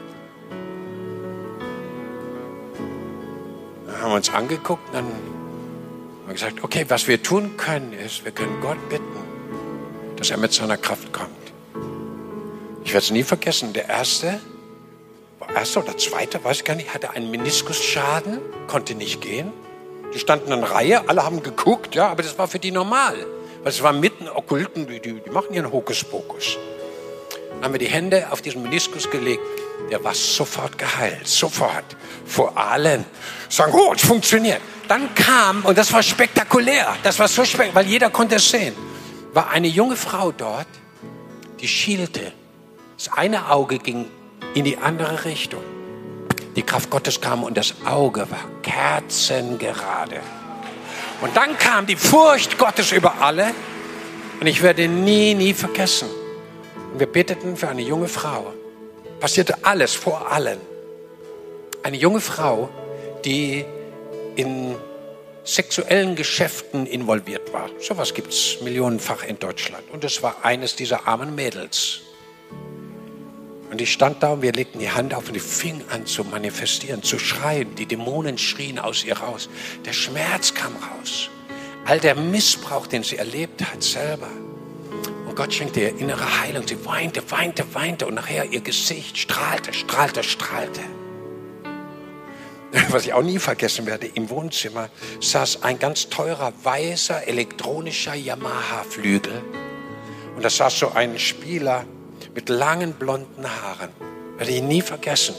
Dann haben wir uns angeguckt, dann haben wir gesagt, okay, was wir tun können, ist, wir können Gott bitten, dass er mit seiner Kraft kommt. Ich werde es nie vergessen, der erste, war erste oder zweite, weiß ich gar nicht, hatte einen Meniskusschaden, konnte nicht gehen. Die standen in Reihe, alle haben geguckt, ja, aber das war für die normal. Weil es war mitten Okkulten, die, die, die machen ihren Hokuspokus. Dann haben wir die Hände auf diesen Meniskus gelegt. Der war sofort geheilt, sofort, vor allen. Sagen, oh, es funktioniert. Dann kam, und das war spektakulär, das war so spektakulär, weil jeder konnte es sehen, war eine junge Frau dort, die schielte. Das eine Auge ging in die andere Richtung. Die Kraft Gottes kam und das Auge war kerzengerade. Und dann kam die Furcht Gottes über alle. Und ich werde nie, nie vergessen. Und wir beteten für eine junge Frau. Passierte alles vor allen. Eine junge Frau, die in sexuellen Geschäften involviert war. Sowas gibt es millionenfach in Deutschland. Und es war eines dieser armen Mädels. Und ich stand da und wir legten die Hand auf und die fing an zu manifestieren, zu schreien. Die Dämonen schrien aus ihr raus. Der Schmerz kam raus. All der Missbrauch, den sie erlebt hat selber. Und Gott schenkte ihr innere Heilung. Sie weinte, weinte, weinte und nachher ihr Gesicht strahlte, strahlte, strahlte. Was ich auch nie vergessen werde, im Wohnzimmer saß ein ganz teurer, weißer, elektronischer Yamaha-Flügel. Und da saß so ein Spieler mit langen, blonden Haaren. Werde ich nie vergessen.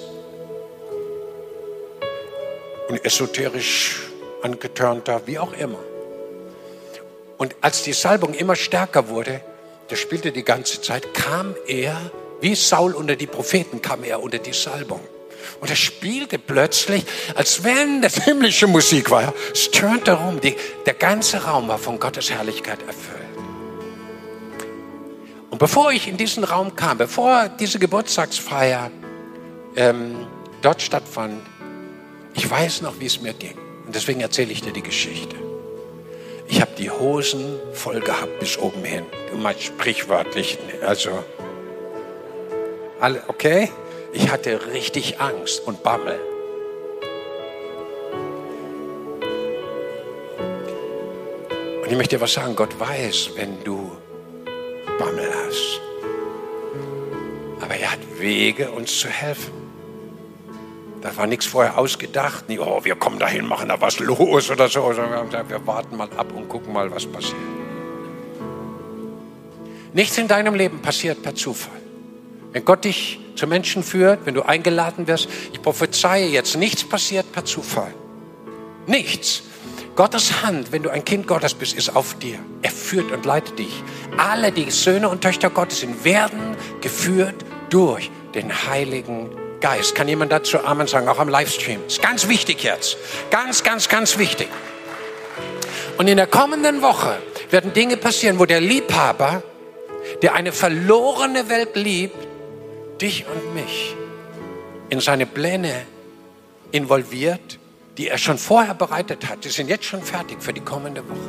Und esoterisch angetörnter, wie auch immer. Und als die Salbung immer stärker wurde, der spielte die ganze Zeit, kam er, wie Saul unter die Propheten, kam er unter die Salbung. Und er spielte plötzlich, als wenn das himmlische Musik war. Es turnte rum. Die, der ganze Raum war von Gottes Herrlichkeit erfüllt. Und bevor ich in diesen Raum kam, bevor diese Geburtstagsfeier ähm, dort stattfand, ich weiß noch, wie es mir ging. Und deswegen erzähle ich dir die Geschichte. Ich habe die Hosen voll gehabt bis oben hin. Mal sprichwörtlich, also, alle, okay? Ich hatte richtig Angst und Bammel. Und ich möchte dir was sagen, Gott weiß, wenn du Bammel hast. Aber er hat Wege, uns zu helfen. Da war nichts vorher ausgedacht. Nie, oh, wir kommen dahin, machen da was los oder so. Wir haben gesagt, wir warten mal ab und gucken mal, was passiert. Nichts in deinem Leben passiert per Zufall. Wenn Gott dich zu Menschen führt, wenn du eingeladen wirst, ich prophezeie jetzt, nichts passiert per Zufall. Nichts. Gottes Hand, wenn du ein Kind Gottes bist, ist auf dir. Er führt und leitet dich. Alle, die Söhne und Töchter Gottes sind, werden geführt durch den Heiligen Geist. Kann jemand dazu Amen sagen, auch am Livestream? Ist ganz wichtig jetzt. Ganz, ganz, ganz wichtig. Und in der kommenden Woche werden Dinge passieren, wo der Liebhaber, der eine verlorene Welt liebt, dich und mich in seine Pläne involviert, die er schon vorher bereitet hat. Die sind jetzt schon fertig für die kommende Woche.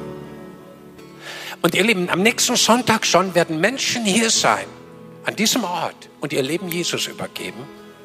Und ihr Lieben, am nächsten Sonntag schon werden Menschen hier sein, an diesem Ort, und ihr Leben Jesus übergeben,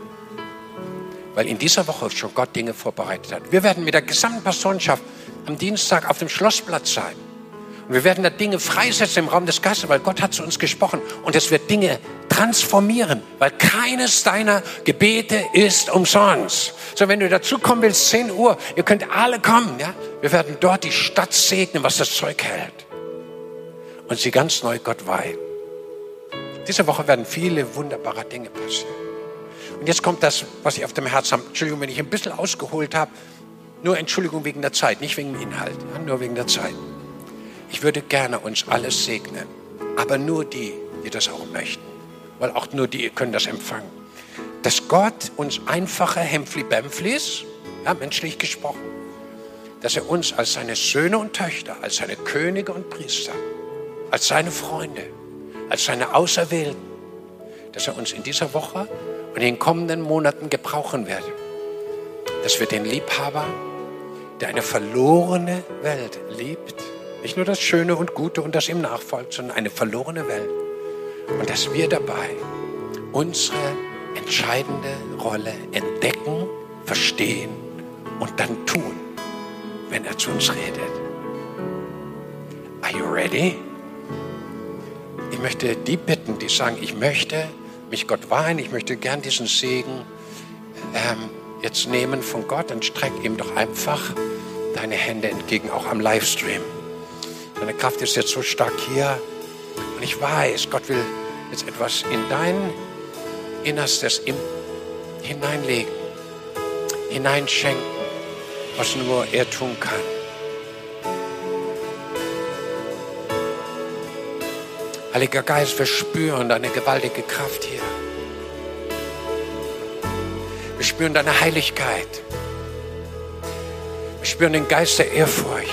weil in dieser Woche schon Gott Dinge vorbereitet hat. Wir werden mit der gesamten Pastorenschaft am Dienstag auf dem Schlossplatz sein. Und wir werden da Dinge freisetzen im Raum des Geistes, weil Gott hat zu uns gesprochen. Und es wird Dinge transformieren, weil keines deiner Gebete ist umsonst. So, wenn du dazu kommen willst, zehn Uhr, ihr könnt alle kommen. Ja? Wir werden dort die Stadt segnen, was das Zeug hält. Und sie ganz neu Gott weihen. Diese Woche werden viele wunderbare Dinge passieren. Und jetzt kommt das, was ich auf dem Herzen habe. Entschuldigung, wenn ich ein bisschen ausgeholt habe. Nur Entschuldigung wegen der Zeit, nicht wegen dem Inhalt. Ja, nur wegen der Zeit. Ich würde gerne uns alles segnen. Aber nur die, die das auch möchten. Weil auch nur die können das empfangen. Dass Gott uns einfache Hempfli-Bempflis, ja, menschlich gesprochen, dass er uns als seine Söhne und Töchter, als seine Könige und Priester, als seine Freunde, als seine Auserwählten, dass er uns in dieser Woche und in den kommenden Monaten gebrauchen wird. Dass wir den Liebhaber, der eine verlorene Welt liebt, nicht nur das Schöne und Gute und das ihm nachfolgt, sondern eine verlorene Welt. Und dass wir dabei unsere entscheidende Rolle entdecken, verstehen und dann tun, wenn er zu uns redet. Are you ready? Ich möchte die bitten, die sagen, ich möchte mich Gott weihen, ich möchte gern diesen Segen ähm, jetzt nehmen von Gott, dann streck ihm doch einfach deine Hände entgegen, auch am Livestream. Deine Kraft ist jetzt so stark hier und ich weiß, Gott will jetzt etwas in dein Innerstes im, hineinlegen, hineinschenken, was nur er tun kann. Heiliger Geist, wir spüren deine gewaltige Kraft hier. Wir spüren deine Heiligkeit. Wir spüren den Geist der Ehrfurcht.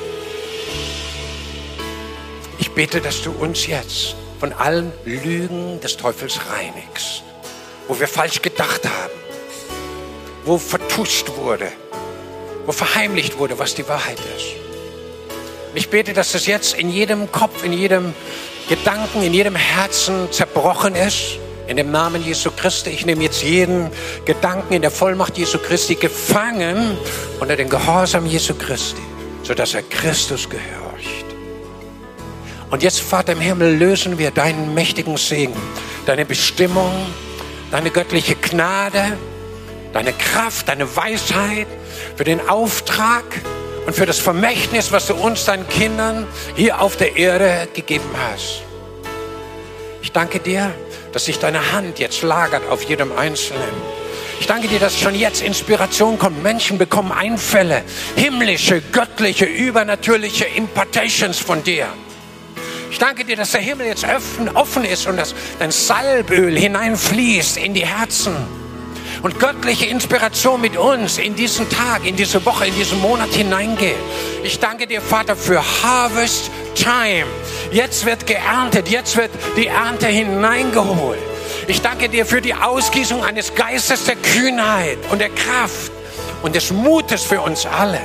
Ich bete, dass du uns jetzt von allen Lügen des Teufels reinigst, wo wir falsch gedacht haben, wo vertuscht wurde, wo verheimlicht wurde, was die Wahrheit ist. Und ich bete, dass das jetzt in jedem Kopf, in jedem Gedanken, in jedem Herzen zerbrochen ist. In dem Namen Jesu Christi. Ich nehme jetzt jeden Gedanken in der Vollmacht Jesu Christi gefangen unter den Gehorsam Jesu Christi, sodass er Christus gehorcht. Und jetzt, Vater im Himmel, lösen wir deinen mächtigen Segen, deine Bestimmung, deine göttliche Gnade, deine Kraft, deine Weisheit für den Auftrag und für das Vermächtnis, was du uns, deinen Kindern, hier auf der Erde gegeben hast. Ich danke dir, dass sich deine Hand jetzt lagert auf jedem Einzelnen. Ich danke dir, dass schon jetzt Inspiration kommt. Menschen bekommen Einfälle, himmlische, göttliche, übernatürliche Impartations von dir. Ich danke dir, dass der Himmel jetzt offen ist und dass dein Salböl hineinfließt in die Herzen. Und göttliche Inspiration mit uns in diesen Tag, in diese Woche, in diesen Monat hineingeht. Ich danke dir, Vater, für Harvest Time. Jetzt wird geerntet, jetzt wird die Ernte hineingeholt. Ich danke dir für die Ausgießung eines Geistes der Kühnheit und der Kraft und des Mutes für uns alle.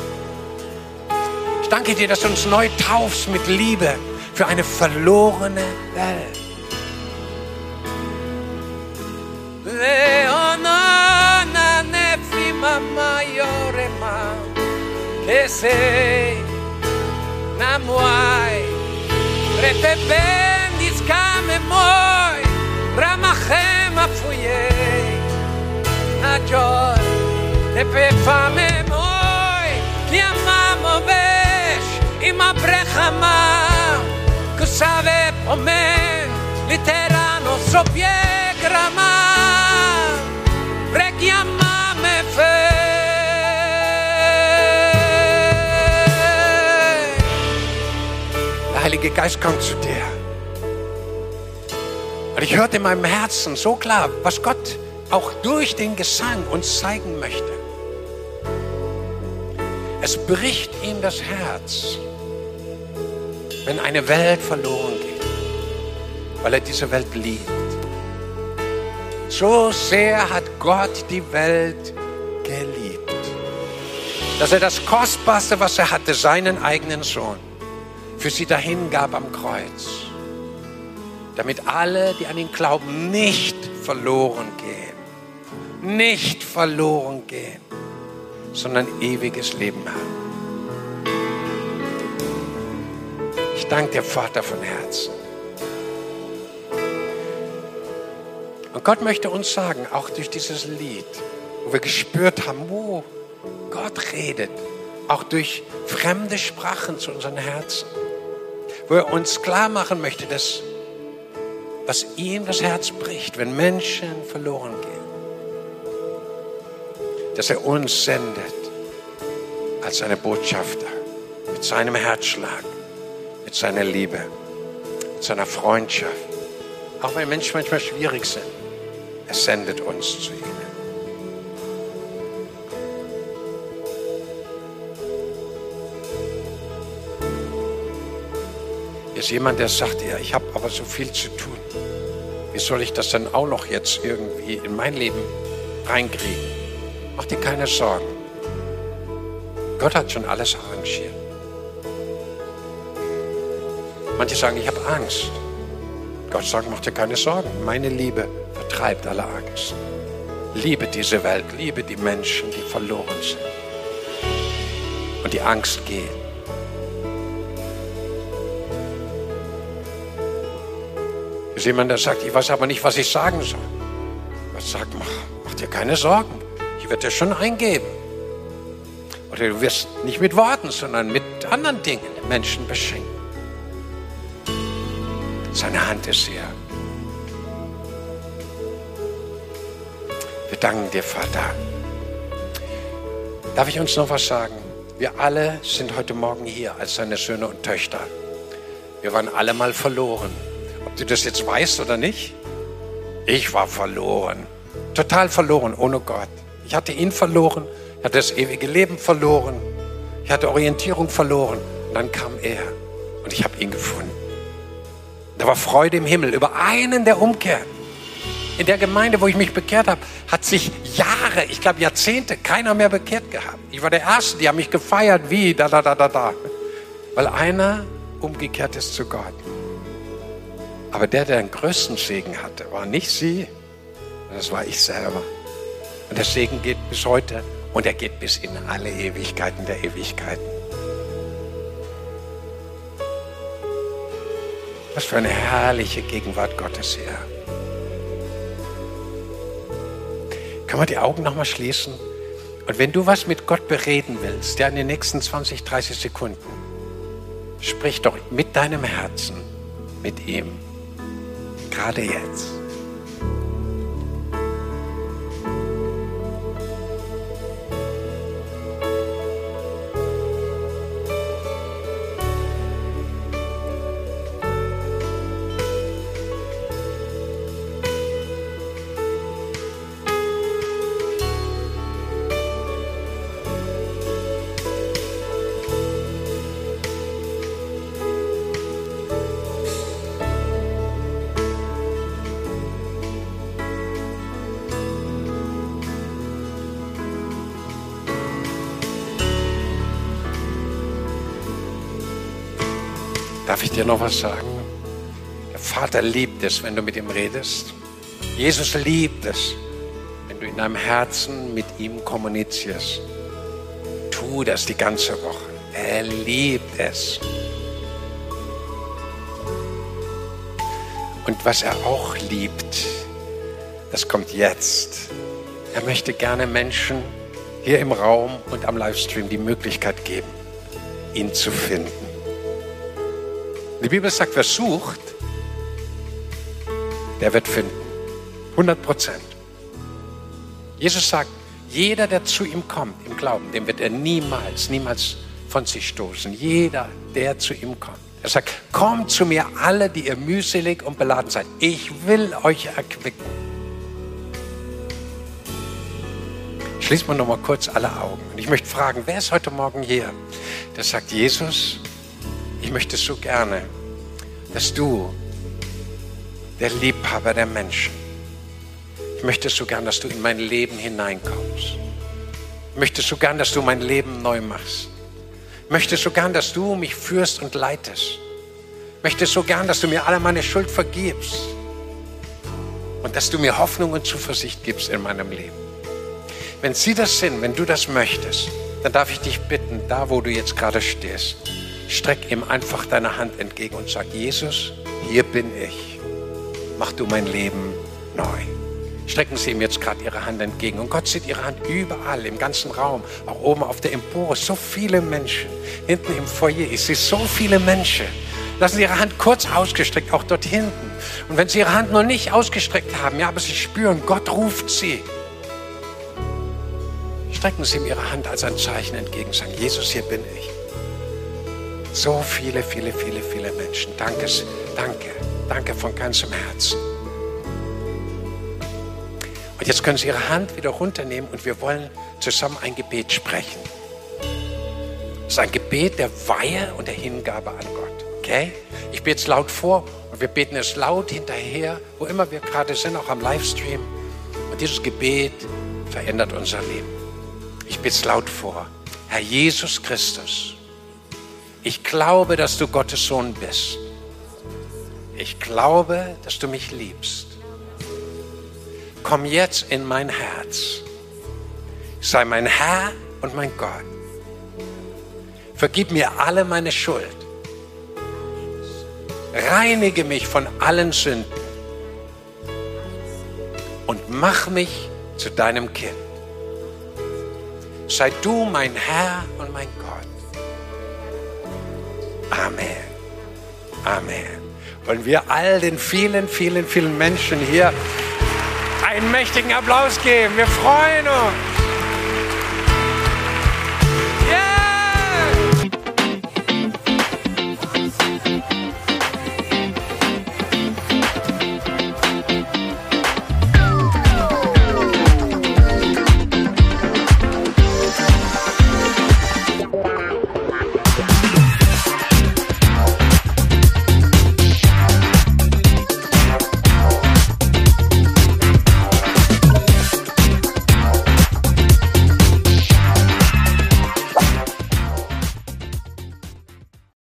Ich danke dir, dass du uns neu taufst mit Liebe für eine verlorene Welt. Leonana nefima mayorema que sei namuai repependis kame moi ramachem afuyei ajor repefame moi que amamo vesh ima brechama que sabe pomen literano sopie grama Chiamame fe. Der Heilige Geist kommt zu dir. Und ich hörte in meinem Herzen so klar, was Gott auch durch den Gesang uns zeigen möchte. Es bricht ihm das Herz, wenn eine Welt verloren geht, weil er diese Welt liebt. So sehr hat Gott die Welt geliebt, dass er das Kostbarste, was er hatte, seinen eigenen Sohn, für sie dahingab am Kreuz, damit alle, die an ihn glauben, nicht verloren gehen, nicht verloren gehen, sondern ewiges Leben haben. Ich danke dir, Vater, von Herzen. Und Gott möchte uns sagen, auch durch dieses Lied, wo wir gespürt haben, wo Gott redet, auch durch fremde Sprachen zu unseren Herzen, wo er uns klar machen möchte, dass was ihm das Herz bricht, wenn Menschen verloren gehen, dass er uns sendet als seine Botschafter, mit seinem Herzschlag, mit seiner Liebe, mit seiner Freundschaft. Auch wenn Menschen manchmal schwierig sind, er sendet uns zu ihnen. Hier ist jemand, der sagt, ja, ich habe aber so viel zu tun. Wie soll ich das denn auch noch jetzt irgendwie in mein Leben reinkriegen? Mach dir keine Sorgen. Gott hat schon alles arrangiert. Manche sagen, ich habe Angst. Gott sagt, mach dir keine Sorgen. Meine Liebe vertreibt alle Angst. Liebe diese Welt, liebe die Menschen, die verloren sind. Und die Angst geht. Hier ist jemand, der sagt, ich weiß aber nicht, was ich sagen soll. Gott sagt, mach, mach dir keine Sorgen. Ich werde dir schon eingeben. Oder du wirst nicht mit Worten, sondern mit anderen Dingen Menschen beschenken. Seine Hand ist hier. Wir danken dir, Vater. Darf ich uns noch was sagen? Wir alle sind heute Morgen hier als seine Söhne und Töchter. Wir waren alle mal verloren. Ob du das jetzt weißt oder nicht? Ich war verloren. Total verloren, ohne Gott. Ich hatte ihn verloren. Ich hatte das ewige Leben verloren. Ich hatte Orientierung verloren. Und dann kam er. Und ich habe ihn gefunden. Da war Freude im Himmel über einen, der umkehrt. In der Gemeinde, wo ich mich bekehrt habe, hat sich Jahre, ich glaube Jahrzehnte, keiner mehr bekehrt gehabt. Ich war der Erste, die haben mich gefeiert, wie, da, da, da, da, da. Weil einer umgekehrt ist zu Gott. Aber der, der den größten Segen hatte, war nicht sie, das war ich selber. Und der Segen geht bis heute und er geht bis in alle Ewigkeiten der Ewigkeiten. Was für eine herrliche Gegenwart Gottes hier. Können wir die Augen nochmal schließen? Und wenn du was mit Gott bereden willst, ja in den nächsten zwanzig, dreißig Sekunden, sprich doch mit deinem Herzen mit ihm. Gerade jetzt. Darf ich dir noch was sagen? Der Vater liebt es, wenn du mit ihm redest. Jesus liebt es, wenn du in deinem Herzen mit ihm kommunizierst. Tu das die ganze Woche. Er liebt es. Und was er auch liebt, das kommt jetzt. Er möchte gerne Menschen hier im Raum und am Livestream die Möglichkeit geben, ihn zu finden. Die Bibel sagt, wer sucht, der wird finden. hundert Prozent. Jesus sagt, jeder, der zu ihm kommt, im Glauben, dem wird er niemals, niemals von sich stoßen. Jeder, der zu ihm kommt. Er sagt, kommt zu mir alle, die ihr mühselig und beladen seid. Ich will euch erquicken. Schließt man noch mal kurz alle Augen. Und ich möchte fragen, wer ist heute Morgen hier, der sagt, Jesus, ich möchte so gerne, dass du, der Liebhaber der Menschen, ich möchte so gern, dass du in mein Leben hineinkommst. Ich möchte so gern, dass du mein Leben neu machst. Ich möchte so gern, dass du mich führst und leitest. Ich möchte so gern, dass du mir alle meine Schuld vergibst. Und dass du mir Hoffnung und Zuversicht gibst in meinem Leben. Wenn sie das sind, wenn du das möchtest, dann darf ich dich bitten, da wo du jetzt gerade stehst, streck ihm einfach deine Hand entgegen und sag, Jesus, hier bin ich. Mach du mein Leben neu. Strecken Sie ihm jetzt gerade Ihre Hand entgegen. Und Gott sieht Ihre Hand überall, im ganzen Raum, auch oben auf der Empore. So viele Menschen. Hinten im Foyer, ich sehe so viele Menschen. Lassen Sie Ihre Hand kurz ausgestreckt, auch dort hinten. Und wenn Sie Ihre Hand noch nicht ausgestreckt haben, ja, aber Sie spüren, Gott ruft Sie. Strecken Sie ihm Ihre Hand als ein Zeichen entgegen. Sagen, Jesus, hier bin ich. So viele, viele, viele, viele Menschen. Danke, danke, danke von ganzem Herzen. Und jetzt können Sie Ihre Hand wieder runternehmen und wir wollen zusammen ein Gebet sprechen. Das ist ein Gebet der Weihe und der Hingabe an Gott. Okay? Ich bete es laut vor und wir beten es laut hinterher, wo immer wir gerade sind, auch am Livestream. Und dieses Gebet verändert unser Leben. Ich bete es laut vor. Herr Jesus Christus, ich glaube, dass du Gottes Sohn bist. Ich glaube, dass du mich liebst. Komm jetzt in mein Herz. Sei mein Herr und mein Gott. Vergib mir alle meine Schuld. Reinige mich von allen Sünden. Und mach mich zu deinem Kind. Sei du mein Herr und mein Gott. Amen. Amen. Wollen wir all den vielen, vielen, vielen Menschen hier einen mächtigen Applaus geben. Wir freuen uns.